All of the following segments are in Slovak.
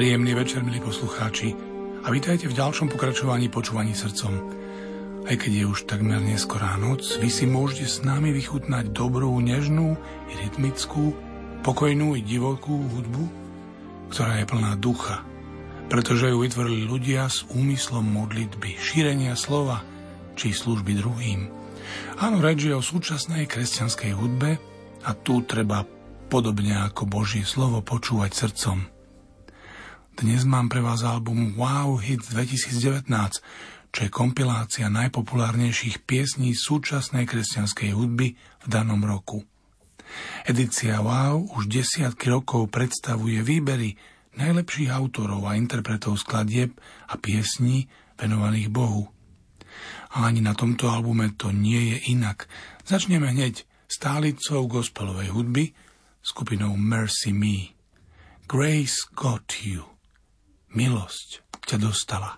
Príjemný večer, milí poslucháči, a vítajte v ďalšom pokračovaní počúvaní srdcom. Aj keď je už takmer neskorá noc, vy si môžete s nami vychutnať dobrú, nežnú i rytmickú, pokojnú i divokú hudbu, ktorá je plná ducha, pretože ju vytvorili ľudia s úmyslom modlitby, šírenia slova či služby druhým. Áno, reč je o súčasnej kresťanskej hudbe a tu treba podobne ako Božie slovo počúvať srdcom. Dnes mám pre vás album Wow Hits 2019, čo je kompilácia najpopulárnejších piesní súčasnej kresťanskej hudby v danom roku. Edícia Wow už desiatky rokov predstavuje výbery najlepších autorov a interpretov skladieb a piesní venovaných Bohu. A ani na tomto albume to nie je inak. Začneme hneď stálicou gospelovej hudby, skupinou Mercy Me. Grace got you. Milosť ťa dostala.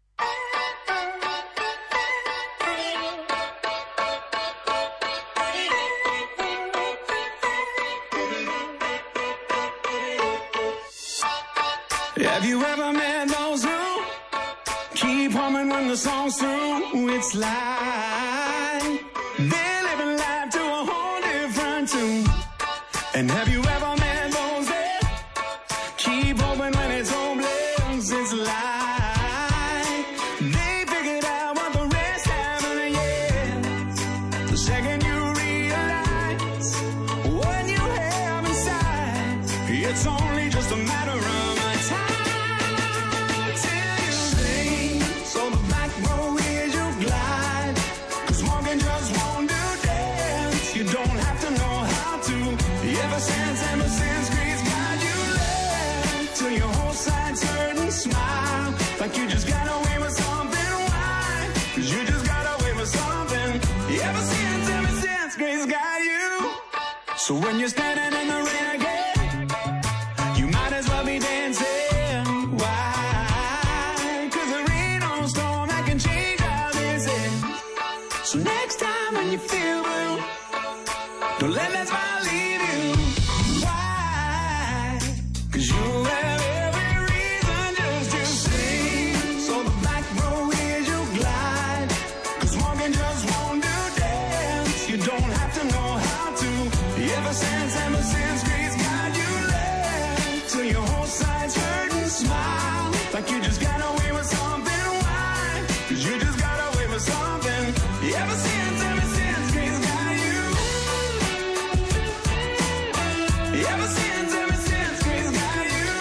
Have you ever met those who keep humming when the song's through? It's like they're living life to a whole different tune. And have you ever met those that keep hoping when it's hopeless? It's like they figured out what the rest haven't yet. The second you realize what you have inside, it's only just a matter of time till you sing. So the back row is you glide, 'cause walking just won't do dance. You don't have to know how to. Ever since Greece got you left till your whole side's hurt and smile like you just got away with something. Why? 'Cause you just got away with something. Ever since Greece got you. So when you're standing in the rain again, you might as well be dancing. Why? 'Cause there ain't no storm that can change how this is. So next time when you feel blue, don't let that smile leave you. Why? 'Cause you have every reason just to sing. So the back row is you glide, 'cause walking just won't do dance. You don't have to know how to. Ever since Greece got you left till your whole side's hurt and smile like you just got away with something. Why? 'Cause you just got away with something. Ever since Greece got you. Ever since Greece got you.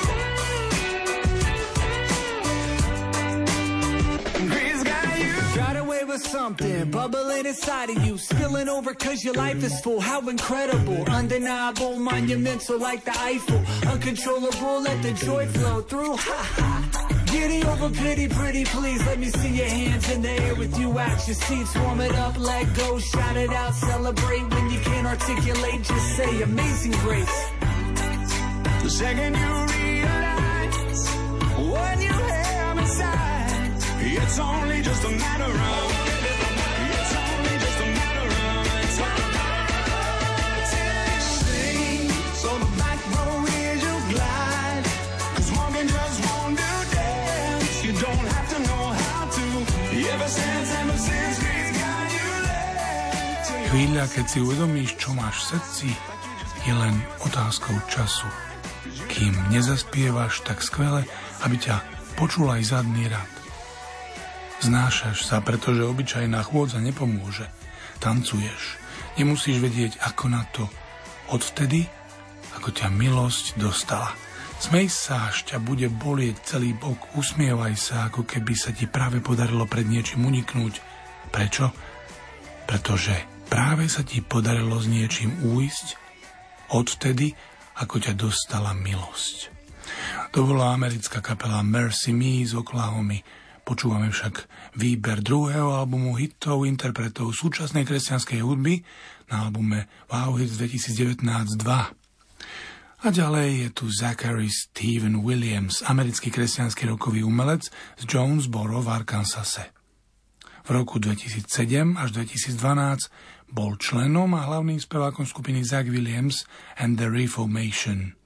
Greece got you. Got away with something, bubbling inside of you, spilling over 'cause your life is full. How incredible, undeniable, monumental like the Eiffel. Uncontrollable, let the joy flow through. Ha ha. Giddy over pity, pretty please. Let me see your hands in the air with you at your seats. Warm it up, let go, shout it out, celebrate. When you can't articulate, just say Amazing Grace. The second you realize what you have inside, it's only just a matter of. It's only just a matter of time till you sing. So the back row is you glide, 'cause walking just won't do dance. You don't have to know how to. Ever since Greece got you left. Chvíľa, keď si uvedomíš, čo máš v srdci, je len otázkou času. Kým nezaspievaš tak skvele, aby ťa počul aj zadný rad. Znášaš sa, pretože obyčajná chôdza nepomôže. Tancuješ. Nemusíš vedieť, ako na to. Odvtedy, ako ťa milosť dostala. Smej sa, až ťa bude bolieť celý bok. Usmievaj sa, ako keby sa ti práve podarilo pred niečím uniknúť. Prečo? Pretože práve sa ti podarilo s niečím újsť odvtedy, ako ťa dostala milosť. To bola americká kapela Mercy Me z Oklahomy. Počúvame však výber druhého albumu hitov interpretov súčasnej kresťanskej hudby na albume Wow Hits 2019-2. A ďalej je tu Zachary Stephen Williams, americký kresťanský rockový umelec z Jonesboro v Arkansase. V roku 2007 až 2012 bol členom a hlavným spevákom skupiny Zach Williams and the Reformation.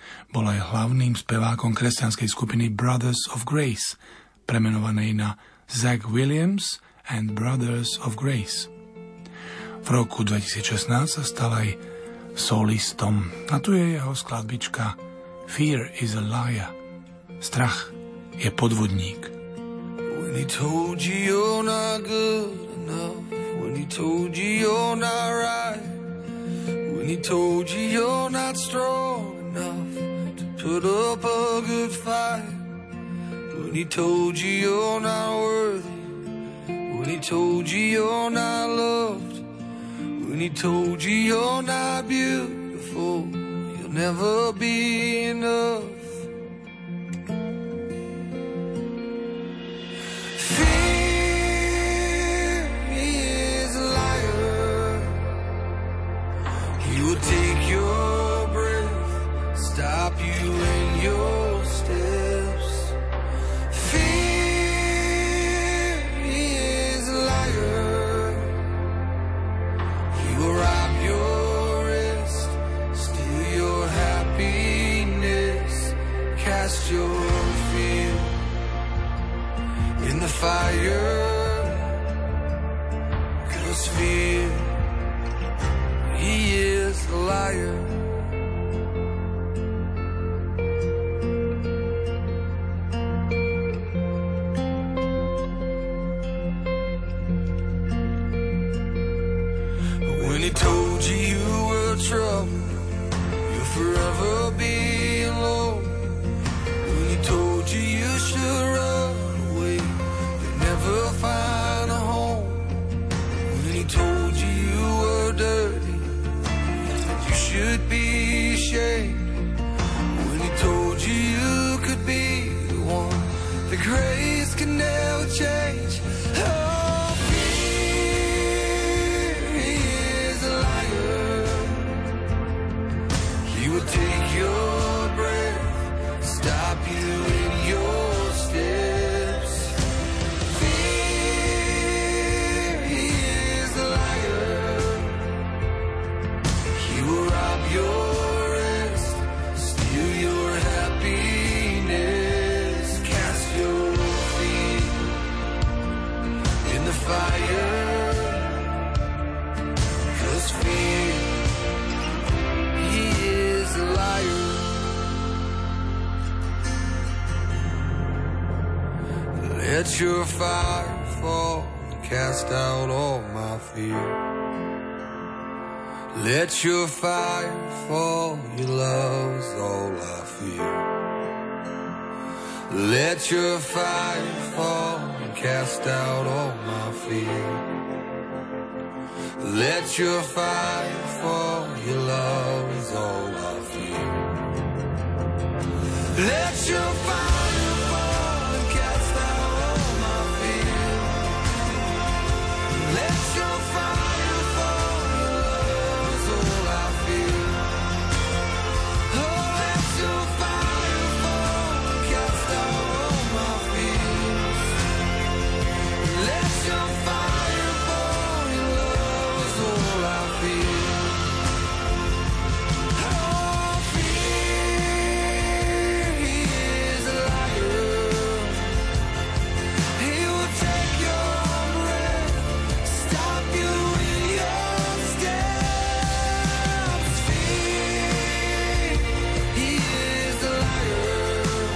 Bol aj hlavným spevákom kresťanskej skupiny Brothers of Grace, premenovanej na Zach Williams and Brothers of Grace. V roku 2016 sa stal aj solistom a tu je jeho skladbička Fear is a liar. Strach je podvodník. When he told you you're not good enough, when he told you you're not right, when he told you you're not strong enough to put up a good fight, when he told you you're not worthy, when he told you you're not loved, when he told you you're not beautiful, you'll never be enough. Fear, he is a liar. He will take your breath, stop you in your steps. Fear, he is a liar. He will rob your rest, steal your happiness, cast your fear in the fire. 'Cause fear, he is a liar. When he told you you were trouble, you'll forever be alone. When he told you you should run away, you'll never find a home. When he told you you were dirty, that you should be ashamed. When he told you you could be the one that grace can never change. Oh, fear, he is a liar. He will take your breath, stop you in your steps. Fear, he is a liar. He will rob your rest, steal your happiness, cast your feet in the fire. 'Cause fear, he is a liar. Let your fire fall and cast out all my fear. Let your fire fall, your love's all I fear. Let your fire fall and cast out all my fear. Let your fire fall, your love is all I fear. Let your fire fall and cast out all my fear. Let your fire fall, your love is all I fear. Oh, let your fire fall and cast out all my fears. Let your fire fall, your love is all I fear. Oh, fear, he is a liar. He will take your breath, stop you in your steps. Fear, he is a liar.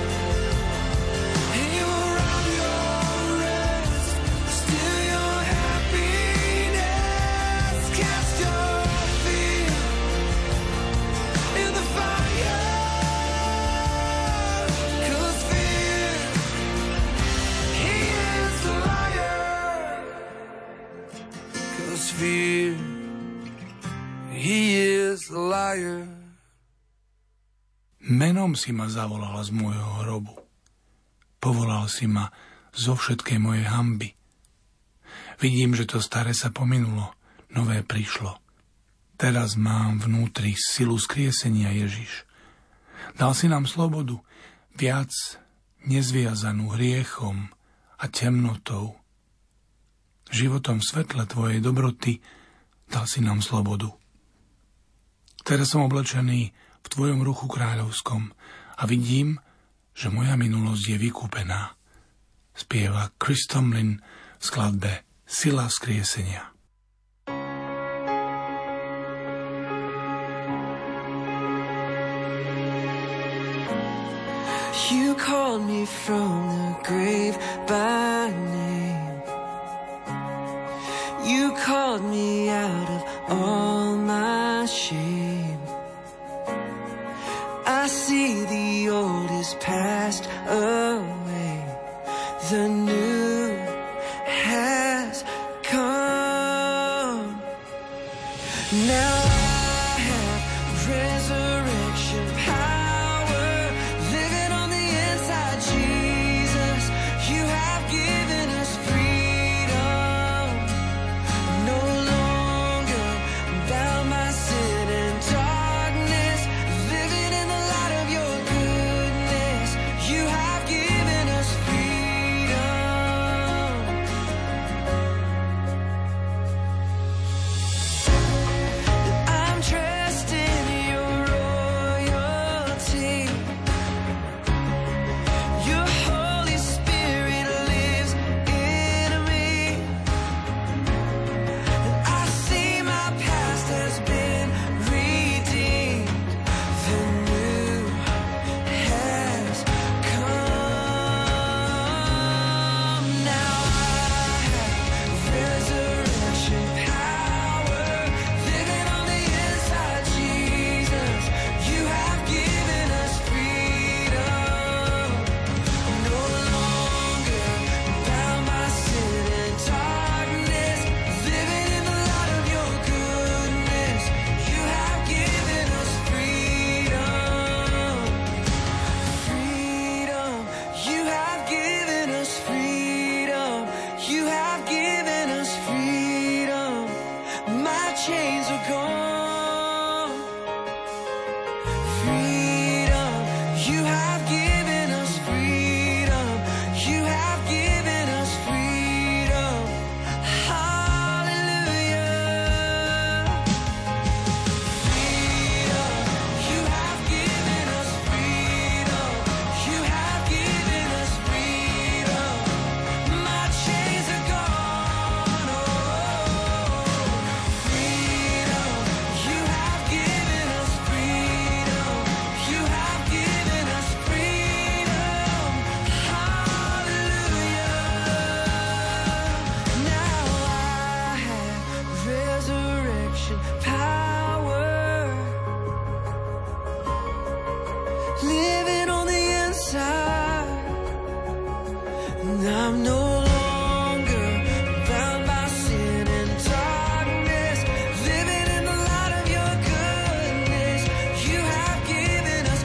He will rob your rest, steal your happiness, cast your fear in the fire. 'Cause fear, he is a liar. 'Cause fear, he is a liar. Menom si ma zavolala z môjho hrobu. Povolal si ma zo všetkej mojej hanby. Vidím, že to staré sa pominulo, nové prišlo. Teraz mám vnútri silu skriesenia, Ježiš. Dal si nám slobodu, viac nezviazanú hriechom a temnotou. Životom v svetle tvojej dobroty dal si nám slobodu. Teraz som oblečený v v tvojom ruchu kráľovskom a vidím, že moja minulosť je vykúpená. Spieva Chris Tomlin v skladbe Sila vzkriesenia. You called me from the grave by name. You called me out of all my shame. I see the old is passed away. The new has come. Now I have resurrection power living on the inside, Jesus. You have given us freedom. No longer bound by sin and darkness, living in the light of your goodness. You have given us freedom. I'm dressed in your royalty. Your Holy Spirit lives in me. I see my past has been redeemed. The new has come. Now I have resurrection power living on the inside, Jesus. You have given us freedom. No longer bound by sin and darkness, living in the light of your goodness. You have given us freedom. Freedom. You have given us freedom. You have given us freedom. My chains are gone. Freedom. You have given us freedom. You have given us freedom. Hallelujah. Freedom. You have given us freedom. You have given us freedom. My chains are gone. Oh, freedom. You have given us freedom. You have given us freedom. Hallelujah. Now I have resurrection power living on the inside. And I'm no longer bound by sin and darkness, living in the light of your goodness. You have given us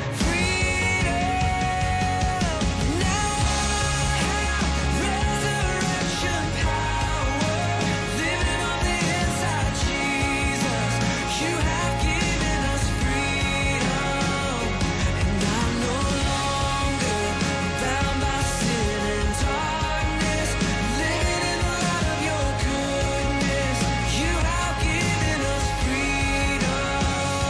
freedom. Now I have resurrection power living on the inside, Jesus. You have given us freedom. And I'm no longer bound by sin and darkness, living in the light of your goodness. You have given us freedom.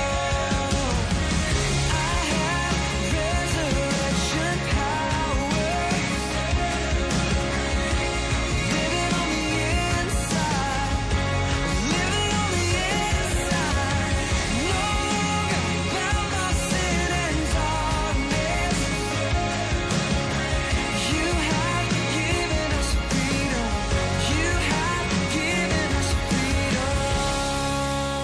I have resurrection power living on the inside, living on the inside. No longer bound by sin and darkness. You have given us freedom. You have given us freedom.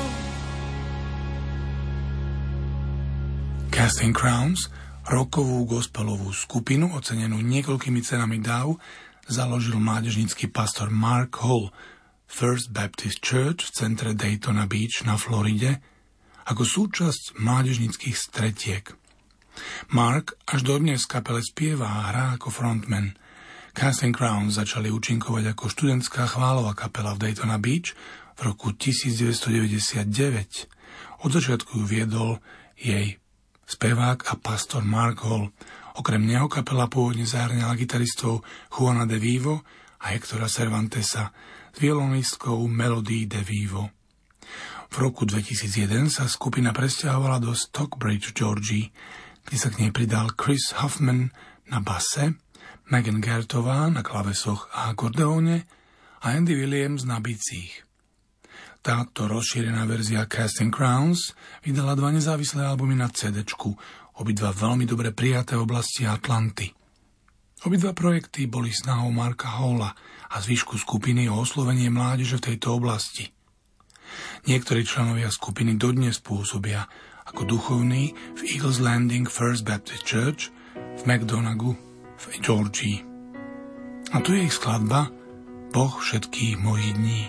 Casting Crowns, rockovú gospelovú skupinu ocenenú niekoľkými cenami DAW, založil mládežnícky pastor Mark Hall First Baptist Church v centre Daytona Beach na Floride ako súčasť mládežníckych stretiek. Mark až dodnes v kapele spieva a hrá ako frontman. Casting Crowns začali účinkovať ako študentská chválová kapela v Daytona Beach v roku 1999. Od začiatku ju viedol jej spevák a pastor Mark Hall. Okrem neho kapela pôvodne zahrňala gitaristov Juana de Vivo a Hectora Cervantesa s violonistkou Melody de Vivo. V roku 2001 sa skupina presťahovala do Stockbridge, Georgii, kde sa k nej pridal Chris Huffman na base, Megan Gertová na klavesoch a akordeóne a Andy Williams na bicích. Táto rozšírená verzia Casting Crowns vydala 2 nezávislé albumy na CD-čku, obidva veľmi dobre prijaté v oblasti Atlanty. Obidva projekty boli snahou Marka Halla a zvyšku skupiny o oslovenie mládeže v tejto oblasti. Niektorí členovia skupiny dodnes pôsobia ako duchovní v Eagles Landing First Baptist Church v McDonagu v Georgii. A tu je ich skladba Boh všetkých mojich dní.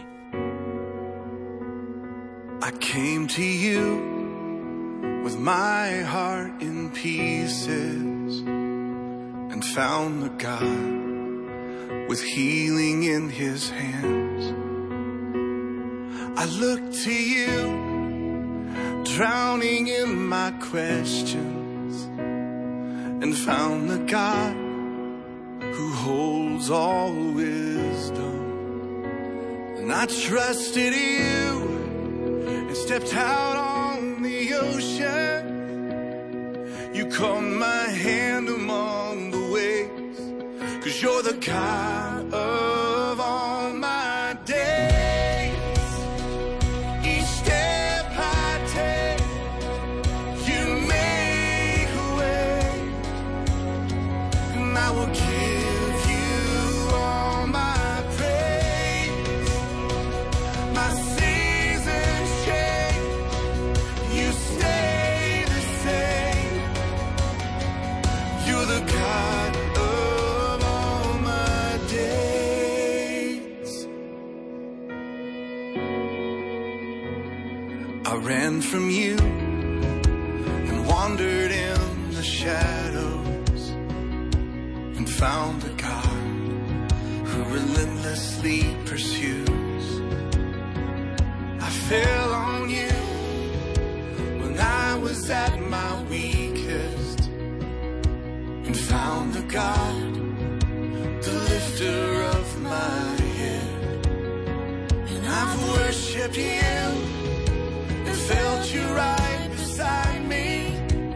I came to you with my heart in pieces and found the God with healing in his hands. I looked to you, drowning in my questions, and found the God who holds all wisdom. And I trusted you and stepped out on the ocean. You caught my hand among the waves, 'cause you're the God of all my days. Ran from you and wandered in the shadows and found a God who relentlessly pursues. I fell on you when I was at my weakest and found the God, the lifter of my head. And I've worshipped you, felt you right beside me.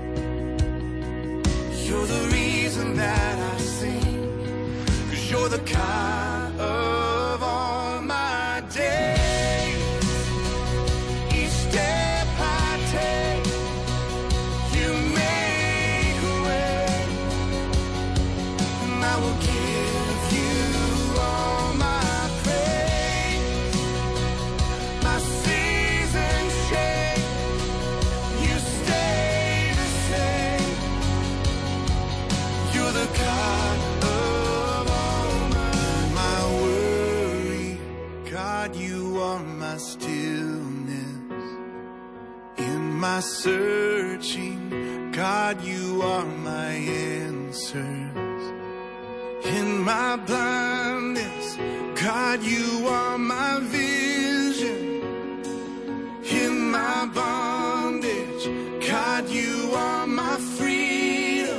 You're the reason that I sing, 'cause you're the God of all my days. Each step I take, you make a way, and I will give you all my praise. My seasons change, God of all my worry, God, you are my stillness. In my searching, God, you are my answers. In my blindness, God, you are my vision. In my bondage, God, you are my freedom.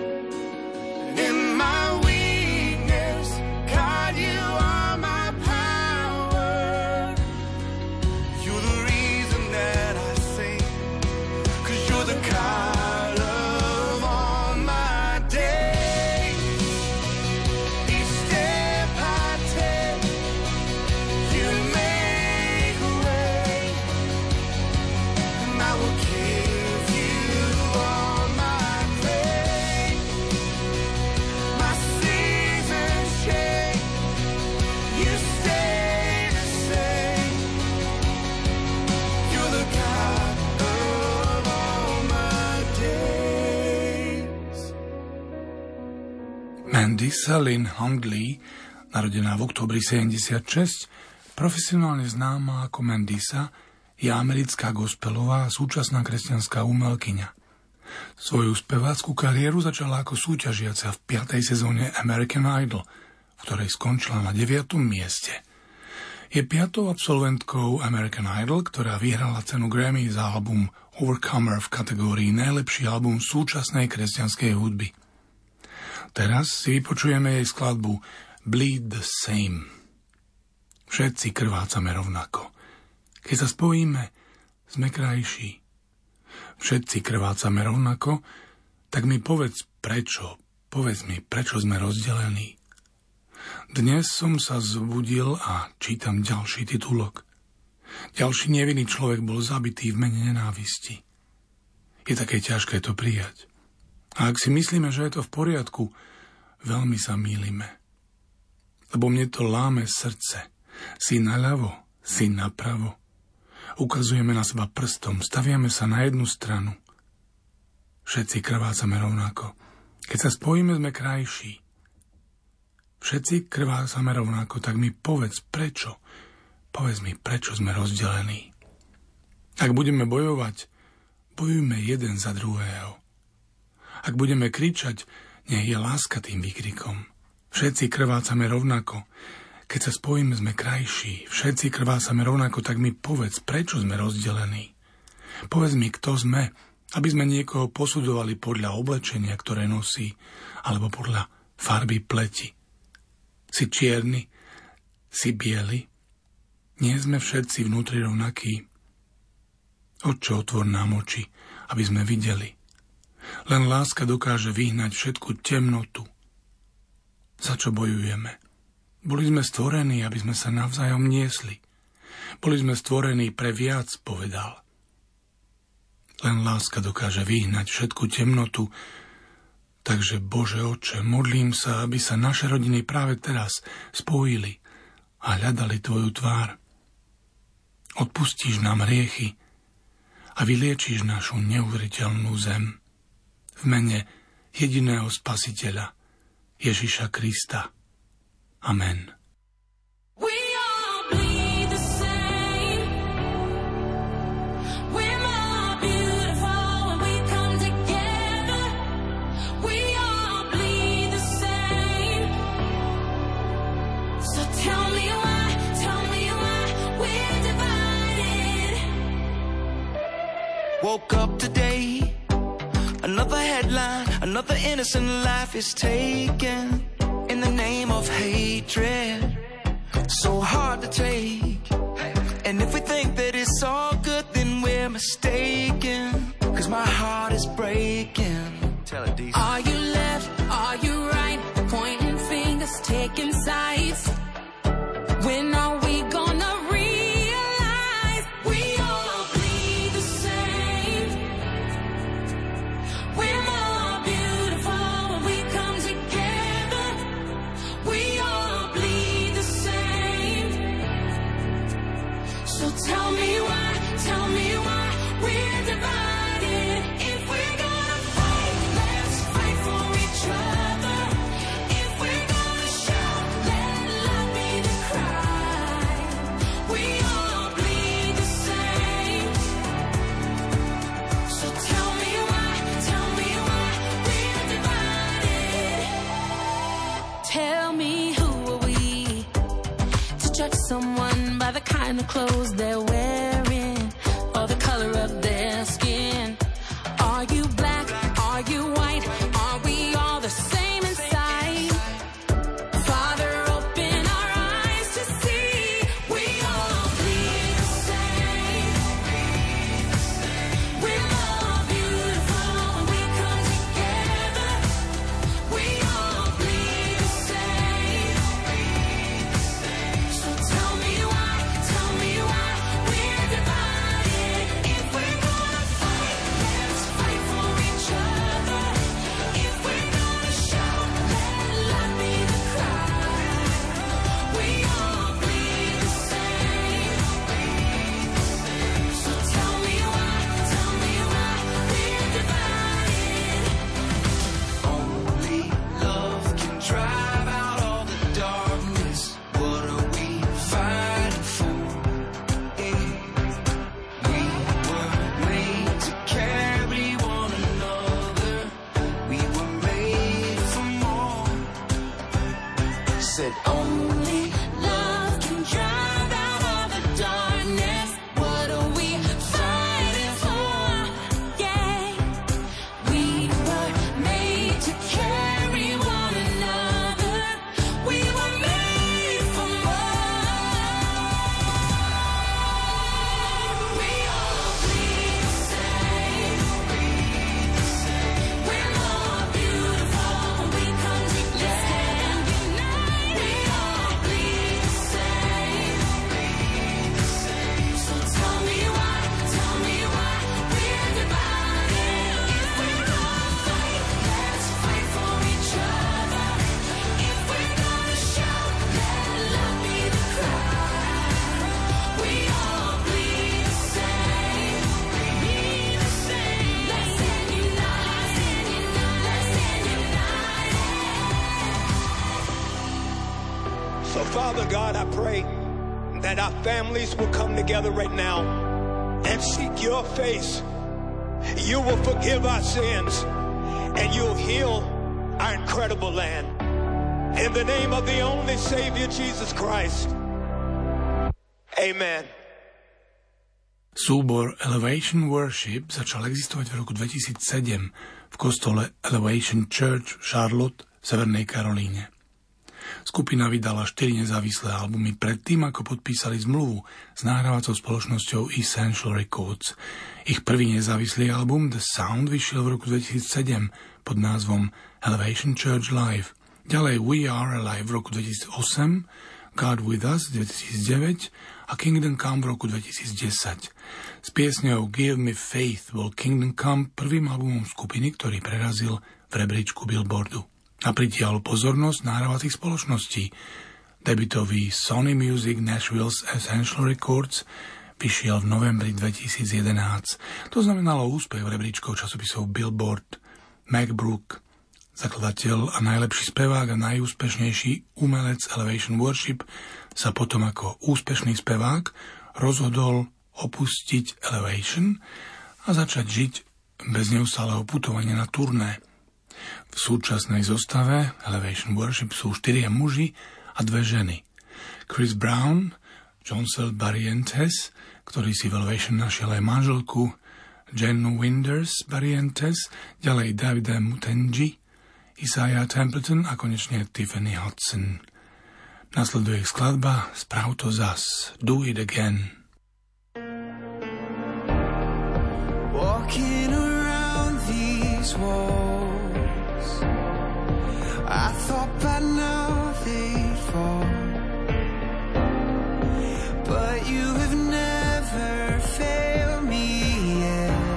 In my weakness, God, you are my power. You're the reason that I sing, 'cause you're the God of all my days. Each step I take, you make a way, and I will give you all my praise. My seasons change, you stay the same. You're the God of all my days. Mandisa Lynn Hundley, narodená v októbri 76, profesionálne známa ako Mandisa, je americká gospelová a súčasná kresťanská umelkyňa. Svoju spevácku kariéru začala ako súťažiaca v 5. sezóne American Idol, v ktorej skončila na 9. mieste. Je 5. absolventkou American Idol, ktorá vyhrala cenu Grammy za album Overcomer v kategórii najlepší album súčasnej kresťanskej hudby. Teraz si vypočujeme jej skladbu Bleed the Same. Všetci krvácame rovnako. Keď sa spojíme, sme krajší. Všetci krvácame rovnako, tak mi povedz prečo. Povedz mi, prečo sme rozdelení. Dnes som sa zbudil a čítam ďalší titulok. Ďalší nevinný človek bol zabitý v mene nenávisti. Je také ťažké to prijať. A ak si myslíme, že je to v poriadku, veľmi sa mýlime. Lebo mne to láme srdce. Si naľavo, si napravo. Ukazujeme na seba prstom, staviame sa na jednu stranu. Všetci krvácame rovnako. Keď sa spojíme, sme krajší. Všetci krvácame rovnako, tak mi povedz prečo. Povedz mi, prečo sme rozdelení. Ak budeme bojovať, bojujme jeden za druhého. Ak budeme kričať, nech je láska tým výkrikom. Všetci krvácame rovnako. Keď sa spojíme, sme krajší. Všetci krvácame rovnako, tak mi povedz, prečo sme rozdelení. Povedz mi, kto sme, aby sme niekoho posudzovali podľa oblečenia, ktoré nosí, alebo podľa farby pleti. Si čierny, si biely. Nie sme všetci vnútri rovnakí. Oče, otvor nám oči, aby sme videli. Len láska dokáže vyhnať všetku temnotu. Za čo bojujeme? Boli sme stvorení, aby sme sa navzájom niesli. Boli sme stvorení pre viac, povedal. Len láska dokáže vyhnať všetku temnotu. Takže, Bože Oče, modlím sa, aby sa naše rodiny práve teraz spojili a hľadali Tvoju tvár. Odpustíš nám hriechy a vyliečiš našu neuveriteľnú zem. V mene jediného Spasiteľa, Ježiša Krista. Amen. Woke up today, another headline, another innocent life is taken in the name of hatred. So hard to take, and if we think that it's all good, then we're mistaken, 'cause my heart is breaking. Tell it, decent. Are you left, are you right, pointing fingers, taking sides? When are we gonna realize we all bleed the same? We're more beautiful when we come together. We all bleed the same. So tell me why we're divided. If we're gonna fight, let's fight for each other. If we're gonna shout, let love be the cry. We all bleed the same. So tell me why we're divided. Tell me, who are we to judge someone by the kind of clothes they're wearing or the color of their skin? Are you black? Are you white? Are we all the same inside? Father, open our eyes to see we all bleed the same. We're more beautiful when we come together. We all bleed the same. So tell me why we're divided. If we're gonna fight, let's fight for each other. If we're gonna shout, let love be the cry. We all bleed the same. So tell me why we're divided. Only love can drive out all the darkness. What are we fighting for? We were made to carry one another. We were made for more. Said Only love can drive out all the darkness. What are we fighting for? Yeah, we were made to carry one another. We were made for more. So, Father God, I pray that our families will come together right now and seek your face. You will forgive our sins and you'll heal our incredible land. In the name of the only Savior, Jesus Christ. Amen. Súbor Elevation Worship začal existovať v roku 2007 v kostole Elevation Church v Charlotte, Severnej Karolíne. Skupina vydala 4 nezávislé albumy predtým, ako podpísali zmluvu s nahrávacou spoločnosťou Essential Records. Ich prvý nezávislý album The Sound vyšiel v roku 2007 pod názvom Elevation Church Live. Ďalej We Are Alive v roku 2008, God With Us 2009 a Kingdom Come v roku 2010. S piesňou Give Me Faith bol Kingdom Come prvým albumom skupiny, ktorý prerazil v rebríčku Billboardu a pritiahol pozornosť nahrávacích spoločností. Debutový Sony Music Nashville's Essential Records vyšiel v novembri 2011. To znamenalo úspech v rebríčkoch časopisov Billboard. Mac Brook, zakladateľ a najlepší spevák a najúspešnejší umelec Elevation Worship, sa potom ako úspešný spevák rozhodol opustiť Elevation a začať žiť bez neustáleho putovania na turné. V súčasnej zostave Elevation Worship sú 4 muži a 2 ženy. Chris Brown, Joncel Barrientes, ktorý si v Elevation našiel aj manželku, Jen Winders Barrientes, ďalej Davide Mutenji, Isaiah Templeton a konečne Tiffany Hudson. Nasleduje skladba Správ to zas, Do It Again. Walking around these walls, I thought by now they'd fall, but you have never failed me yet.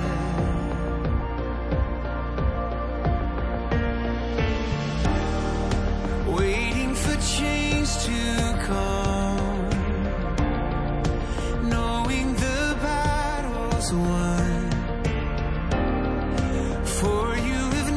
Waiting for change to come, knowing the battle's won, for you have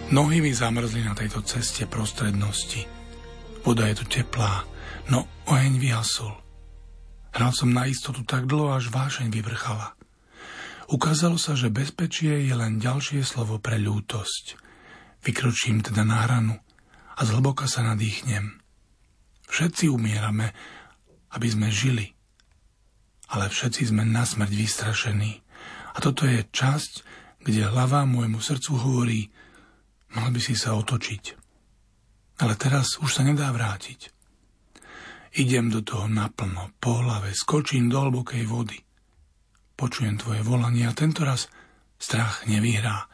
Nohy mi zamrzli na tejto ceste prostrednosti. Voda je tu teplá, no oheň vyhasol. Hral som na istotu tak dlho, až vášeň vyvrchala. Ukázalo sa, že bezpečie je len ďalšie slovo pre ľútosť. Vykročím teda na hranu a zhlboka sa nadýchnem. Všetci umierame, aby sme žili. Ale všetci sme na smrť vystrašení. A toto je časť, kde hlava môjmu srdcu hovorí, mal by si sa otočiť. Ale teraz už sa nedá vrátiť. Idem do toho naplno, po hlave, skočím do hlbokej vody. Počujem tvoje volanie a tentoraz strach nevyhrá.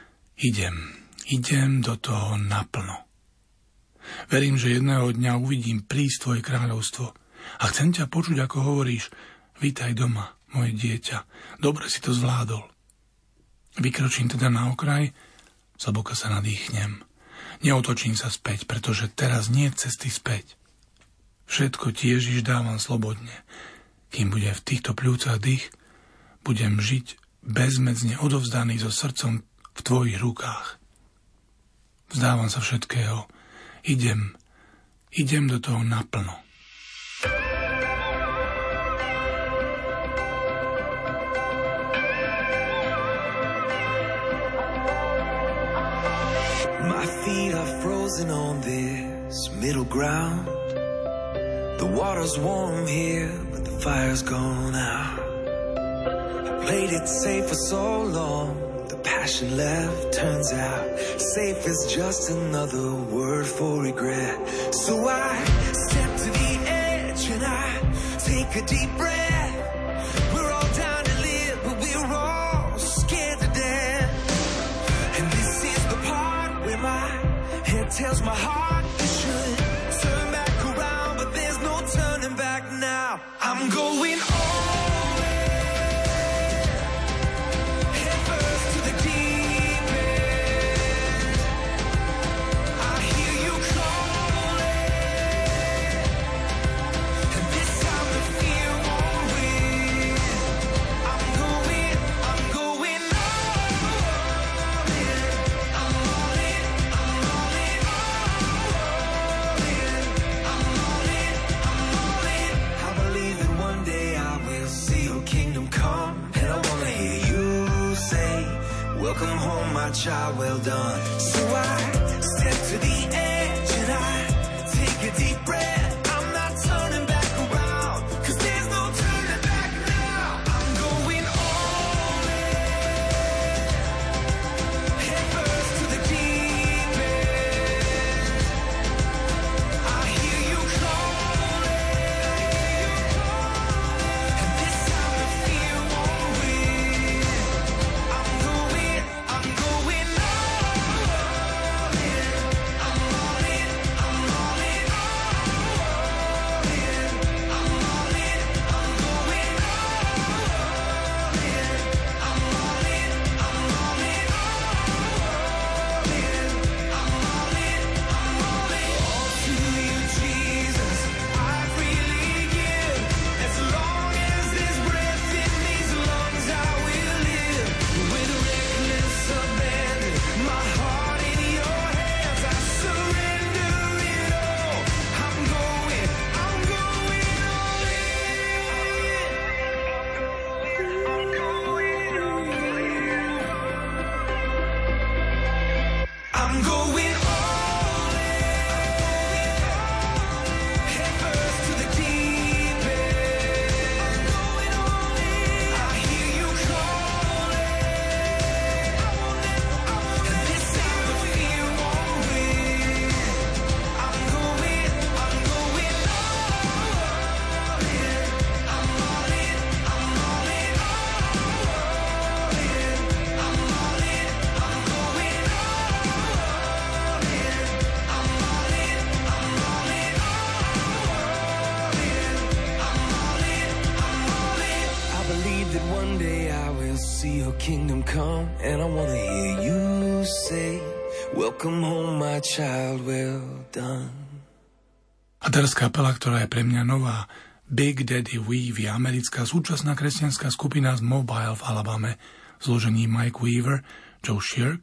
Idem do toho naplno. Verím, že jedného dňa uvidím prísť tvoje kráľovstvo a chcem ťa počuť, ako hovoríš, vítaj doma, moje dieťa, dobre si to zvládol. Vykročím teda na okraj, zhlboka sa nadýchnem. Neotočím sa späť, pretože teraz nie je cesty späť. Všetko ti Ježiš dávam slobodne. Kým bude v týchto pľúcach dých, budem žiť bezmedzne odovzdaný so srdcom v tvojich rukách. Vzdávam sa všetkého. Idem do toho naplno. My feet are frozen on this middle ground. The water's warm here, but the fire's gone out. Played it safe for so long, the passion left. Turns out safe is just another word for regret. So I step to the edge and I take a deep breath. We're all down to live, but we're all scared to death. And this is the part where my head tells my heart it should turn back around, but there's no turning back now. I'm going all welcome home, my child, well done. So I step to the edge and I take a deep breath. I'm not turning back around, 'cause there's no turning back now. I'm going all in, head first to the deep end. I hear you calling, and this time the fear won't win. I'm going all in. Kingdom come, and I wanna hear you say, welcome home, my child, well done. A teraz kapela, ktorá je pre mňa nová, Big Daddy Weave, je americká súčasná kresťanská skupina z Mobile v Alabame, zložení Mike Weaver, Joe Shirk,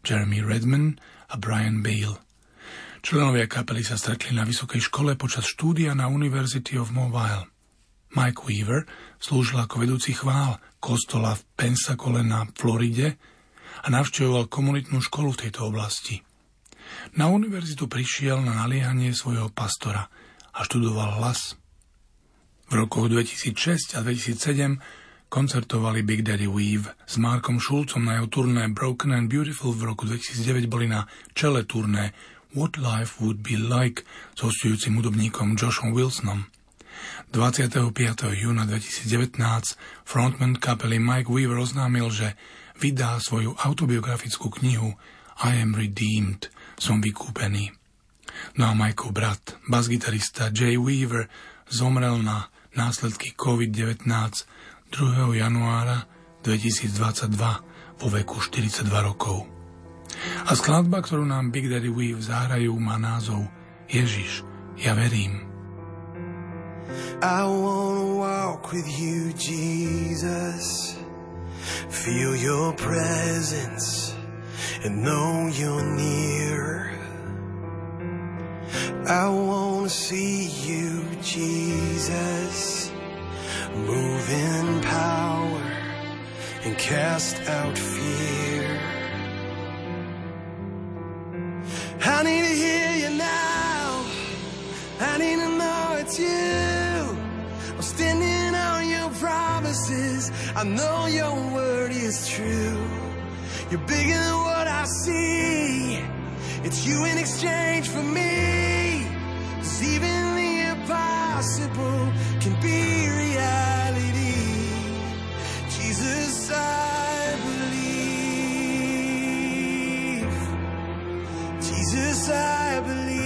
Jeremy Redman a Brian Bale. Členovia kapely sa stretli na vysokej škole počas štúdia na University of Mobile. Mike Weaver slúžil ako vedúci chvál kostola v Pensacole na Floride a navštevoval komunitnú školu v tejto oblasti. Na univerzitu prišiel na naliehanie svojho pastora a študoval hlas. V rokoch 2006 a 2007 koncertovali Big Daddy Weave s Markom Schulzom na jeho turné Broken and Beautiful. V roku 2009 boli na čele turné What Life Would Be Like s hostujúcim hudobníkom Joshom Wilsonom. 25. júna 2019 frontman kapely Mike Weaver oznámil, že vydá svoju autobiografickú knihu I Am Redeemed, som vykúpený. No a Mikeov brat, basgitarista Jay Weaver, zomrel na následky COVID-19 2. januára 2022 vo veku 42 rokov. A skladba, ktorú nám Big Daddy Weave zahrajú, má názov Ježiš, ja verím. I wanna walk with you, Jesus, feel your presence and know you're near. I wanna see you, Jesus, move in power and cast out fear. I need to hear you now. I need to know it's you. I'm standing on your promises. I know your word is true. You're bigger than what I see. It's you in exchange for me. 'Cause even the impossible can be reality. Jesus, I believe. Jesus, I believe.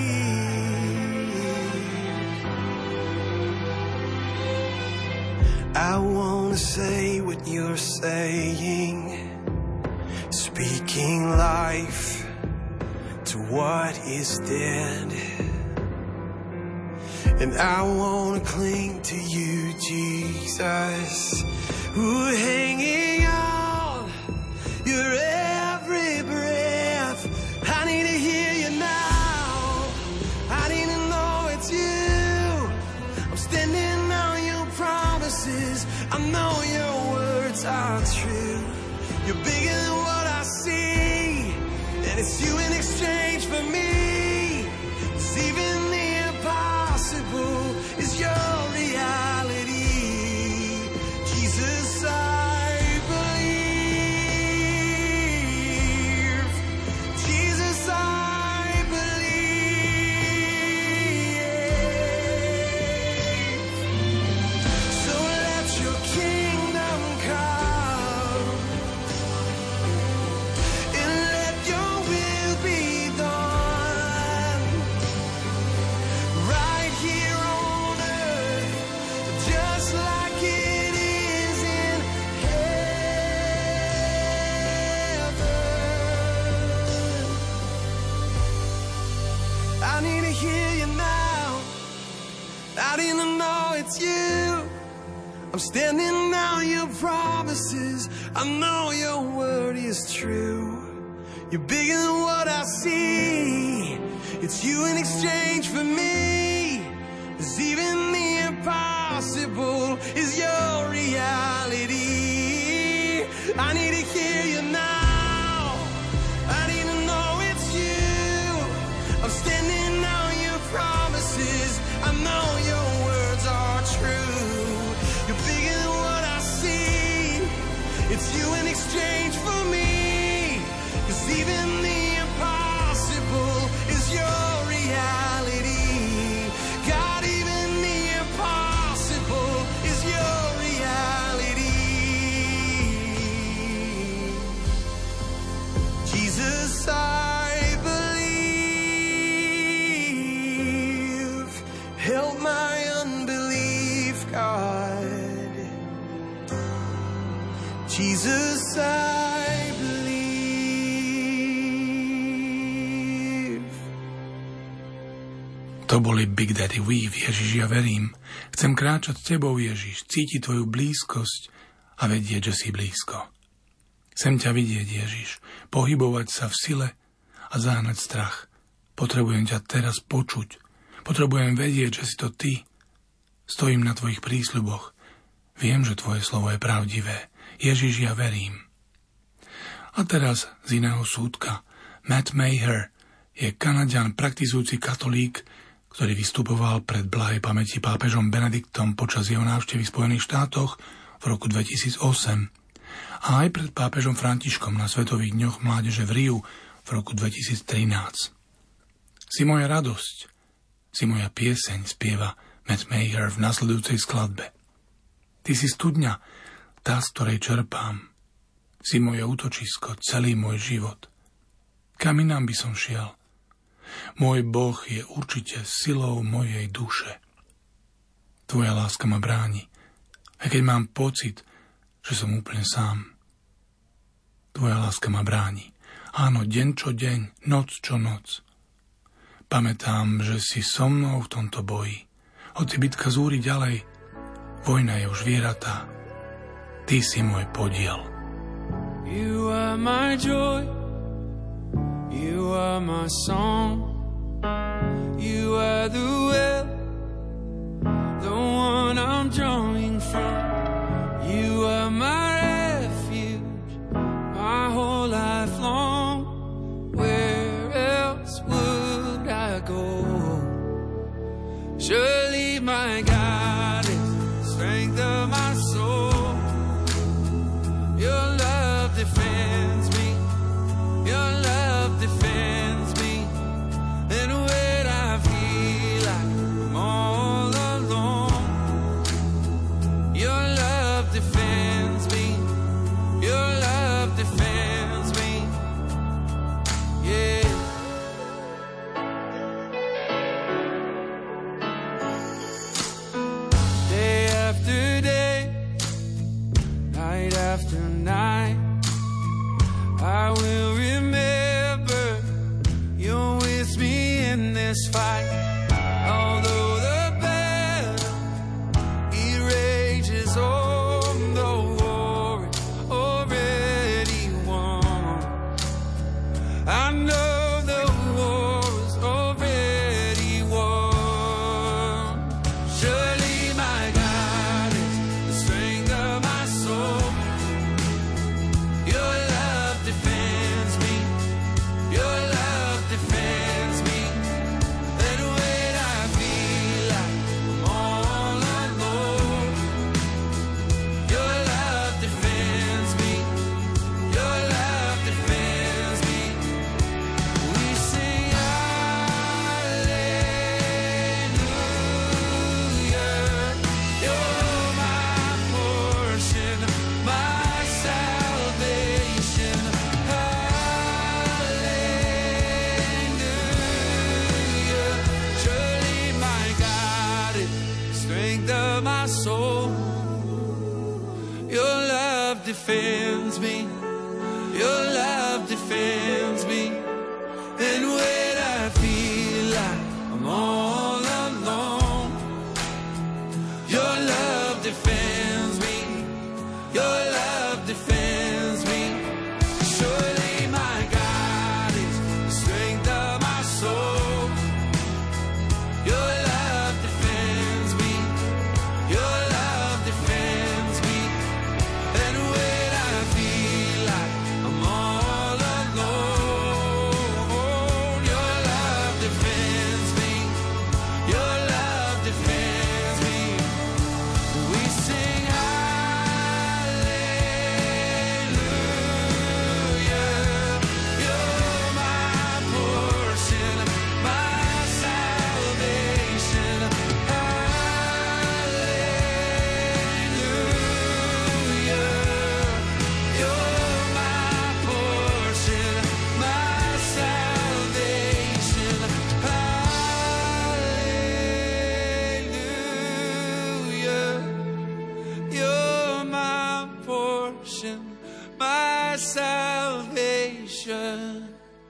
I wanna say what you're saying, speaking life to what is dead. And I wanna cling to you, Jesus, who hanging on your every breath. I need to hear you now. I need to know it's you. I'm standing on your promises. I know your words are true. You're bigger than what I see, and it's you in exchange for me. 'Cause even the impossible is your reality. Jesus, I believe. Jesus, I believe. So let your kingdom come, and let your will be done, right here on earth, just like it is in heaven. I need to hear you now. I need to know it's you. I'm standing on your promises. I know your word is true. You're bigger than what I see. It's you in exchange for me. 'Cause even the impossible is your reality. I need to hear you now. I need to know it's you. I'm standing on your promises. I know your words are true. You're bigger than what I see. It's you in exchange for me. 'Cause even the impossible is your reality. God, even the impossible is your reality. Jesus, I believe. Help my unbelief, God. Jesus, I believe. To boli Big Daddy Weave, Ježiš, ja verím. Chcem kráčať s tebou, Ježiš, cítiť tvoju blízkosť a vedieť, že si blízko. Chcem ťa vidieť, Ježiš, pohybovať sa v sile a zahnať strach. Potrebujem ťa teraz počuť. Potrebujem vedieť, že si to ty. Stojím na tvojich prísľuboch. Viem, že tvoje slovo je pravdivé. Ježiš, ja verím. A teraz z iného súdka. Matt Maher je Kanaďan, praktizujúci katolík, ktorý vystupoval pred blahej pamäti pápežom Benediktom počas jeho návštevy v Spojených štátoch v roku 2008 a aj pred pápežom Františkom na Svetových dňoch mládeže v Riu v roku 2013. Si moja radosť, si moja pieseň, spieva Matt Maher v nasledujúcej skladbe. Ty si studňa, tá, z ktorej čerpám. Si moje útočisko, celý môj život. Kam inám by som šiel? Môj Boh je určite silou mojej duše. Tvoja láska ma bráni, aj keď mám pocit, že som úplne sám. Tvoja láska ma bráni. Áno, deň čo deň, noc čo noc. Pamätám, že si so mnou v tomto boji. Hoci bitka zúri ďalej, vojna je už vyhratá. Ty si môj podiel. You are my joy. You are my song. You are the well, the one I'm drawing from. You are my refuge, my whole life long. Where else would I go? Surely my God is the strength of my soul. Your love defends me. Your love defends me. And when I feel like I'm all alone, your love defends me. Your love defends me. Yeah. Day after day, night after night, I will remember you're with me in this fight. Although the battle, it rages on, the war is already won. I know the war is already won. Surely my God is the strength of my soul. Your love defends me. Your love defends me. And when I feel like I'm all alone, your love defends me. Your love defends me. We sing hallelujah. You're my portion, my salvation. Hallelujah. Surely my God is the strength of my soul. Your love defends me. Your love defends me. And when I feel like I'm all alone, your love defends me. Your love defends me. Surely my God is the strength of my soul. Your love defends me. Your love defends me. And when I feel like I'm all alone, your love defends me. Your love defends me. We sing hallelujah. You're my portion, my salvation. Hallelujah. You're my portion, my salvation. Hallelujah. You're my portion, my salvation.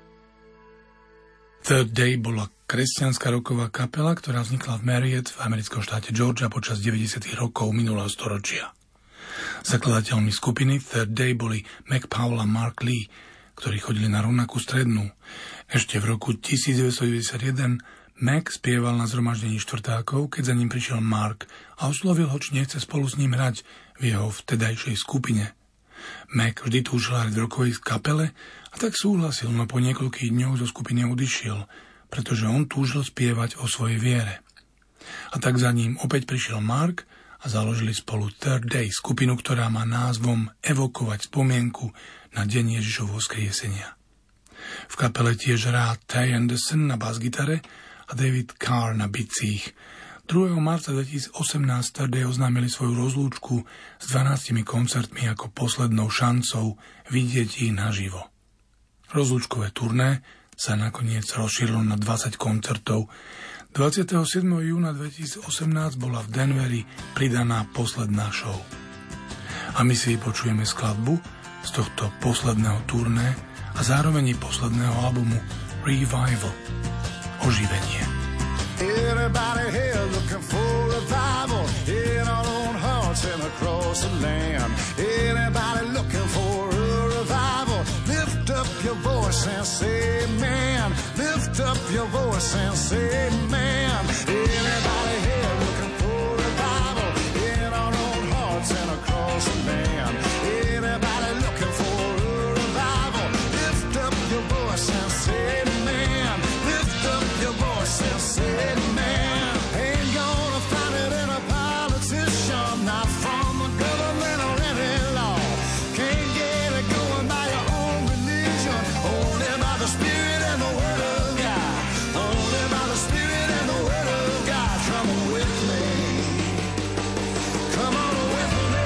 Third Day bola kresťanská roková kapela, ktorá vznikla v Marietta v americkom štáte Georgia počas 90. rokov minulého storočia. Zakladateľmi skupiny Third Day boli Mac Powell a Mark Lee, ktorí chodili na rovnakú strednú. Ešte v roku 1991 Mac spieval na zhromaždení štvrtákov, keď za ním prišiel Mark a oslovil ho, či nechce spolu s ním hrať v jeho vtedajšej skupine. Mac vždy túžil hrať v rockovej kapele a tak súhlasil, no po niekoľkých dňoch zo skupiny odišiel, pretože on túžil spievať o svojej viere. A tak za ním opäť prišiel Mark a založili spolu Third Day, skupinu, ktorá má názvom evokovať spomienku na deň Ježišovho vzkriesenia. V kapele tiež hrá Ty Anderson na basgitare a David Carr na bicích. 2. marca 2018 Third Day oznámili svoju rozlúčku s 12 koncertmi ako poslednou šancou vidieť ich naživo. Rozlúčkové turné sa nakoniec rozšírilo na 20 koncertov. 27. júna 2018 bola v Denveri pridaná posledná show. A my si vypočujeme skladbu z tohto posledného turné a zároveň posledného albumu Revival, Oživenie. Everybody here looking for revival in our own hearts and across the land. Anybody looking for a revival, lift up your voice and say amen. Lift up your voice and say amen. Anybody here looking for revival in our own hearts and across the land. Anybody looking for a revival, lift up your voice and say amen. Lift up your voice and say amen. Ain't gonna find it in a politician, not from the government or any law. Can't get it going by your own religion, only by the Spirit and the Word of God. Only by the Spirit and the Word of God. Come on with me. Come on with me.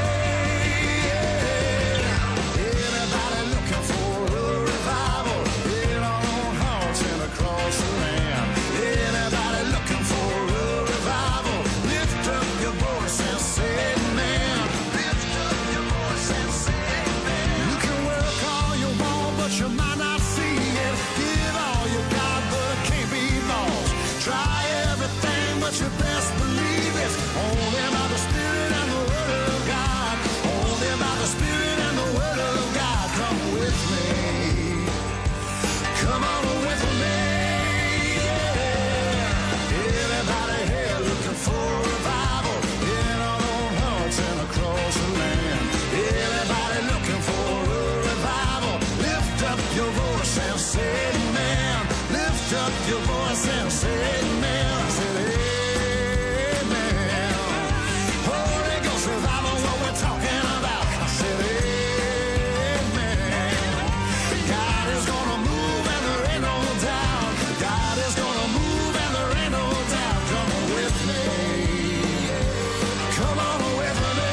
Anybody looking for a revival in our own hearts and across the land. Anybody looking for a revival, lift up your voice and say amen. Lift up your voice and say amen. You can work all you want, but you might not see it. Give all you got, but it can't be lost. Try everything, but you best believe it's only by the Spirit and the Word of God. Only by the Spirit and the Word of God. Come with me. Come on with me. Anybody here looking for revival in our own hearts and across the land? Anybody looking for a revival, lift up your voice and say amen. Lift up your voice and say amen. I said amen. Holy Ghost revival, what we're talking about. I said amen. God is gonna move and there ain't no doubt. God is gonna move and there ain't no doubt. Come on with me. Come on with me.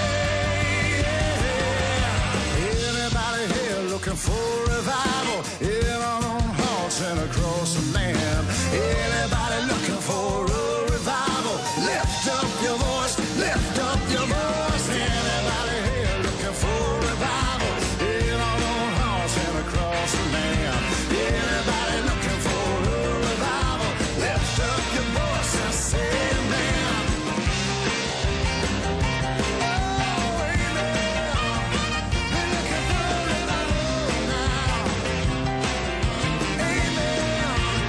Anybody here looking for revival in our own hearts and across the land? Anybody looking for a revival, lift up your voice, lift up your voice. Anybody here looking for revival in our own hearts and across the land? Anybody looking for a revival, lift up your voice and say amen. Oh, amen. We're looking for a revival now. Amen.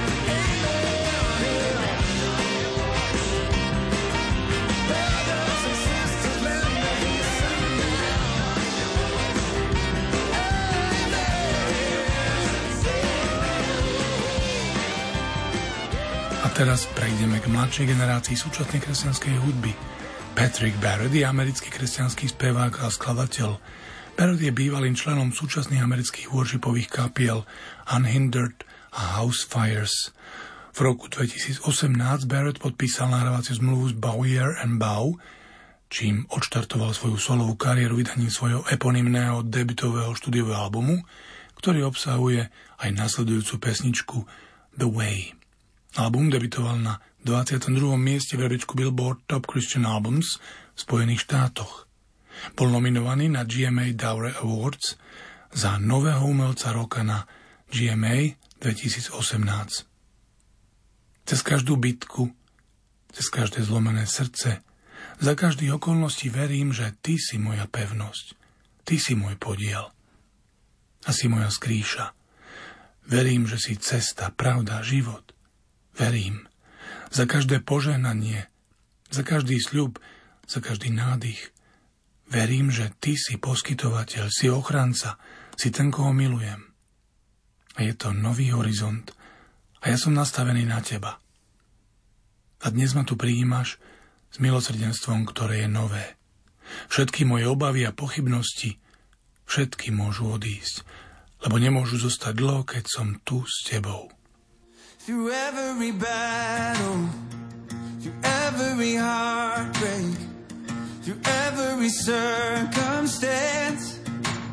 Amen. Brothers and sisters, let me listen now. A teraz prejdeme k mladšej generácii súčasnej kresťanskej hudby. Patrick Barrett je americký kresťanský spevák a skladateľ. Barrett je bývalým členom súčasných amerických worshipových kapiel Unhindered a House Fires. V roku 2018 Barrett podpísal nahrávaciu zmluvu s Bowyer & Bow, čím odštartoval svoju solovú kariéru vydaním svojho eponymného debutového štúdiového albumu, ktorý obsahuje aj nasledujúcu pesničku The Way. Album debutoval na 22. mieste v rebríčku Billboard Top Christian Albums v Spojených štátoch. Bol nominovaný na GMA Dowry Awards za nového umelca roka na GMA 2018. Cez každú bitku, cez každé zlomené srdce, za každých okolností verím, že ty si moja pevnosť. Ty si môj podiel. A si moja skrýša. Verím, že si cesta, pravda, život. Verím. Za každé požehnanie, za každý sľub, za každý nádych. Verím, že Ty si poskytovateľ, si ochranca, si ten, koho milujem. A je to nový horizont a ja som nastavený na Teba. A dnes ma tu prijímaš s milosrdenstvom, ktoré je nové. Všetky moje obavy a pochybnosti, všetky môžu odísť, lebo nemôžu zostať dlho, keď som tu s Tebou. Through every battle, through every heartbreak, through every circumstance,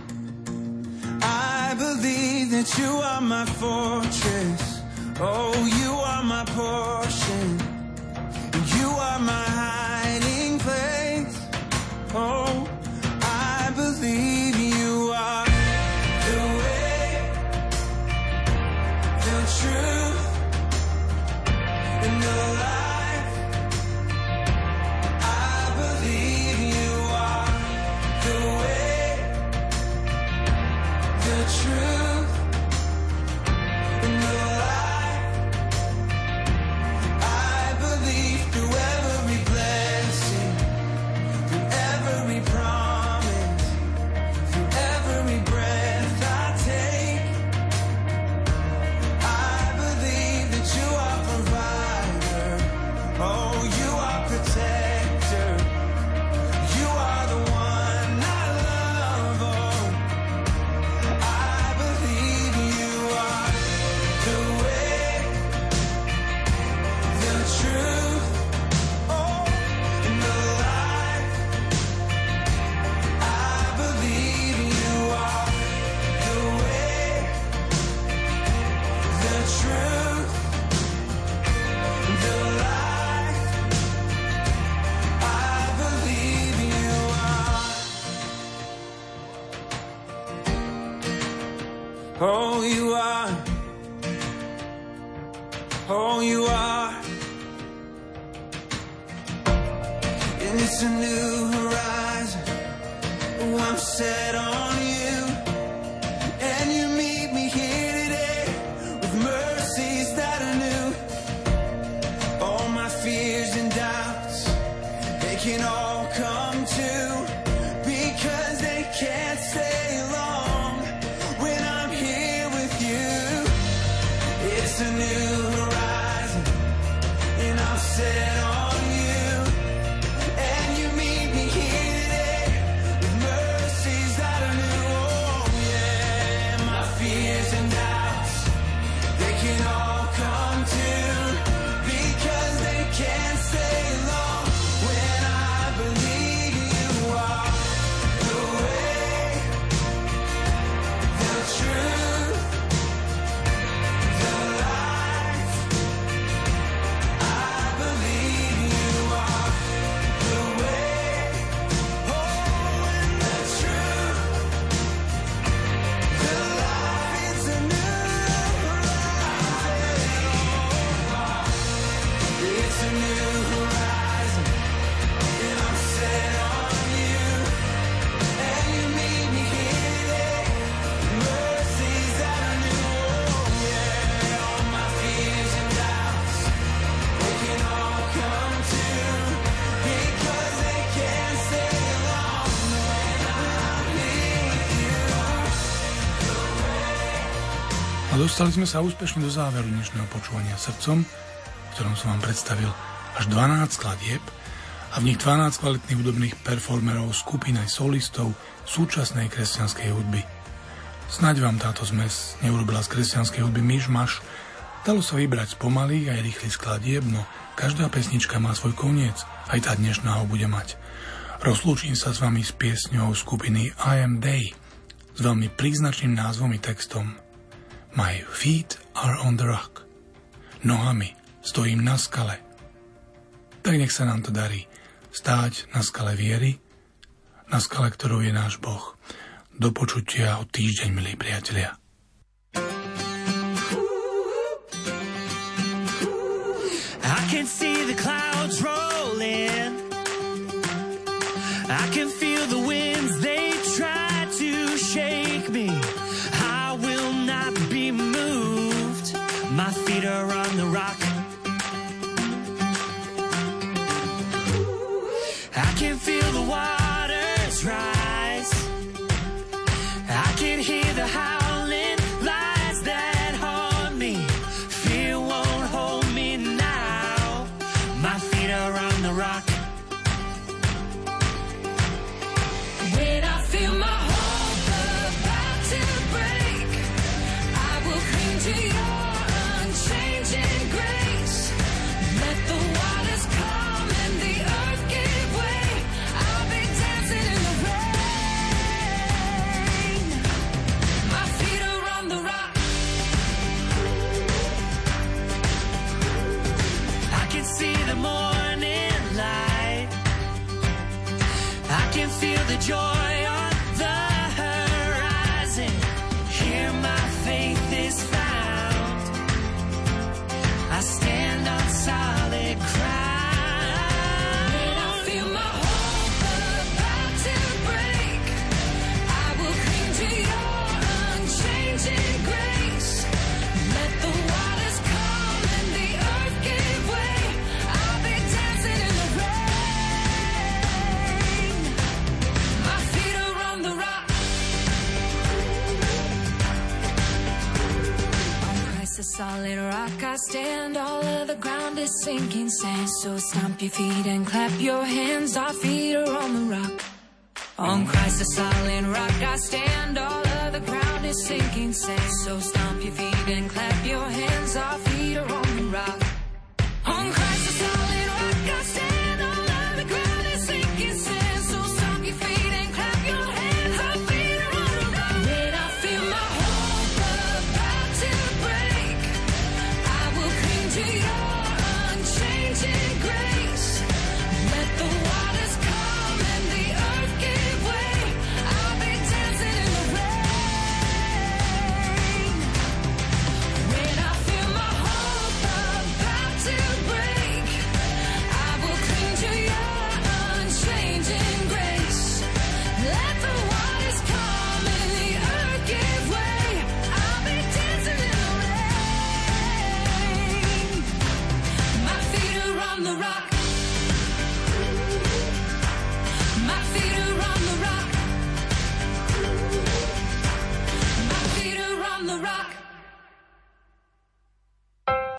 I believe that you are my fortress. Oh, you are my portion. You are my hiding place. Oh, I believe you are the way, the truth, and the life. I believe you are the way, the truth, and the life. I believe through every blessing, through every promise, through every breath I take. I believe that you are provider. Oh, you are protector. You are the one I love. Oh, I believe you are the way, the truth, oh, and the life. I believe you are the way, the truth, the life. I believe you are. Oh, you are. Oh, you are. And it's a new horizon. Oh, I'm set on you. And you meet me here today with mercies that are new. All my fears and doubts, they can all come true because they can't stay long when I'm here with you. It's a new horizon, and I'm set on you. And you meet me here today with mercies that are new. Oh yeah, my fears and doubts, they can all come true because they can't stay long when I believe you are the way, the truth, the life. I believe you are the way, oh, and the truth, the life. It's a new horizon. It's a new horizon, and I'm set on you. And you meet me here today, mercies that are new. Oh yeah, all my fears and doubts, they can all come true because they can't stay long when I'm with you. A dostali sme sa úspešne do záveru dnešného počúvania srdcom, v ktorom som vám predstavil až 12 skladieb a v nich 12 kvalitných hudobných performerov, skupín aj solistov súčasnej kresťanskej hudby. Snáď vám táto zmes neurobila z kresťanskej hudby myšmaš. Dalo sa vybrať z pomalých aj rýchlych skladieb, no každá pesnička má svoj koniec, aj tá dnešná ho bude mať. Rozlúčim sa s vami s piesňou skupiny I Am They s veľmi príznačným názvom i textom My feet are on the rock. Nohami stojím na skale. Tak nech sa nám to darí. Stáť na skale viery, na skale, ktorou je náš Boh. Do počutia o týždeň, milí priatelia. I can see the clouds rolling. I can feel the winds, they try My feet are on the rock. I can feel the waters rise. I can hear the howling lies that haunt me. Fear won't hold me now. My feet are on the rock. When I feel my hope about to break, I will cling to your unchanging grace. Let the waters come and the earth give way. I'll be dancing in the rain. My feet are on the rock. I can see the morning light. I can feel the joy on the horizon. Here my faith is found. I stand on solid ground. When I feel my hope about to break, I will cling to your unchanging grace. Let the waters come and the earth give way. I'll be dancing in the rain. My feet are on the rock. On Christ the solid rock I stand. All of the ground is sinking sand. So stomp your feet and clap your hands. Our feet are on the rock. On Christ the solid rock I stand. All of the ground is sinking sand. So stomp your feet and clap your hands. Our feet are on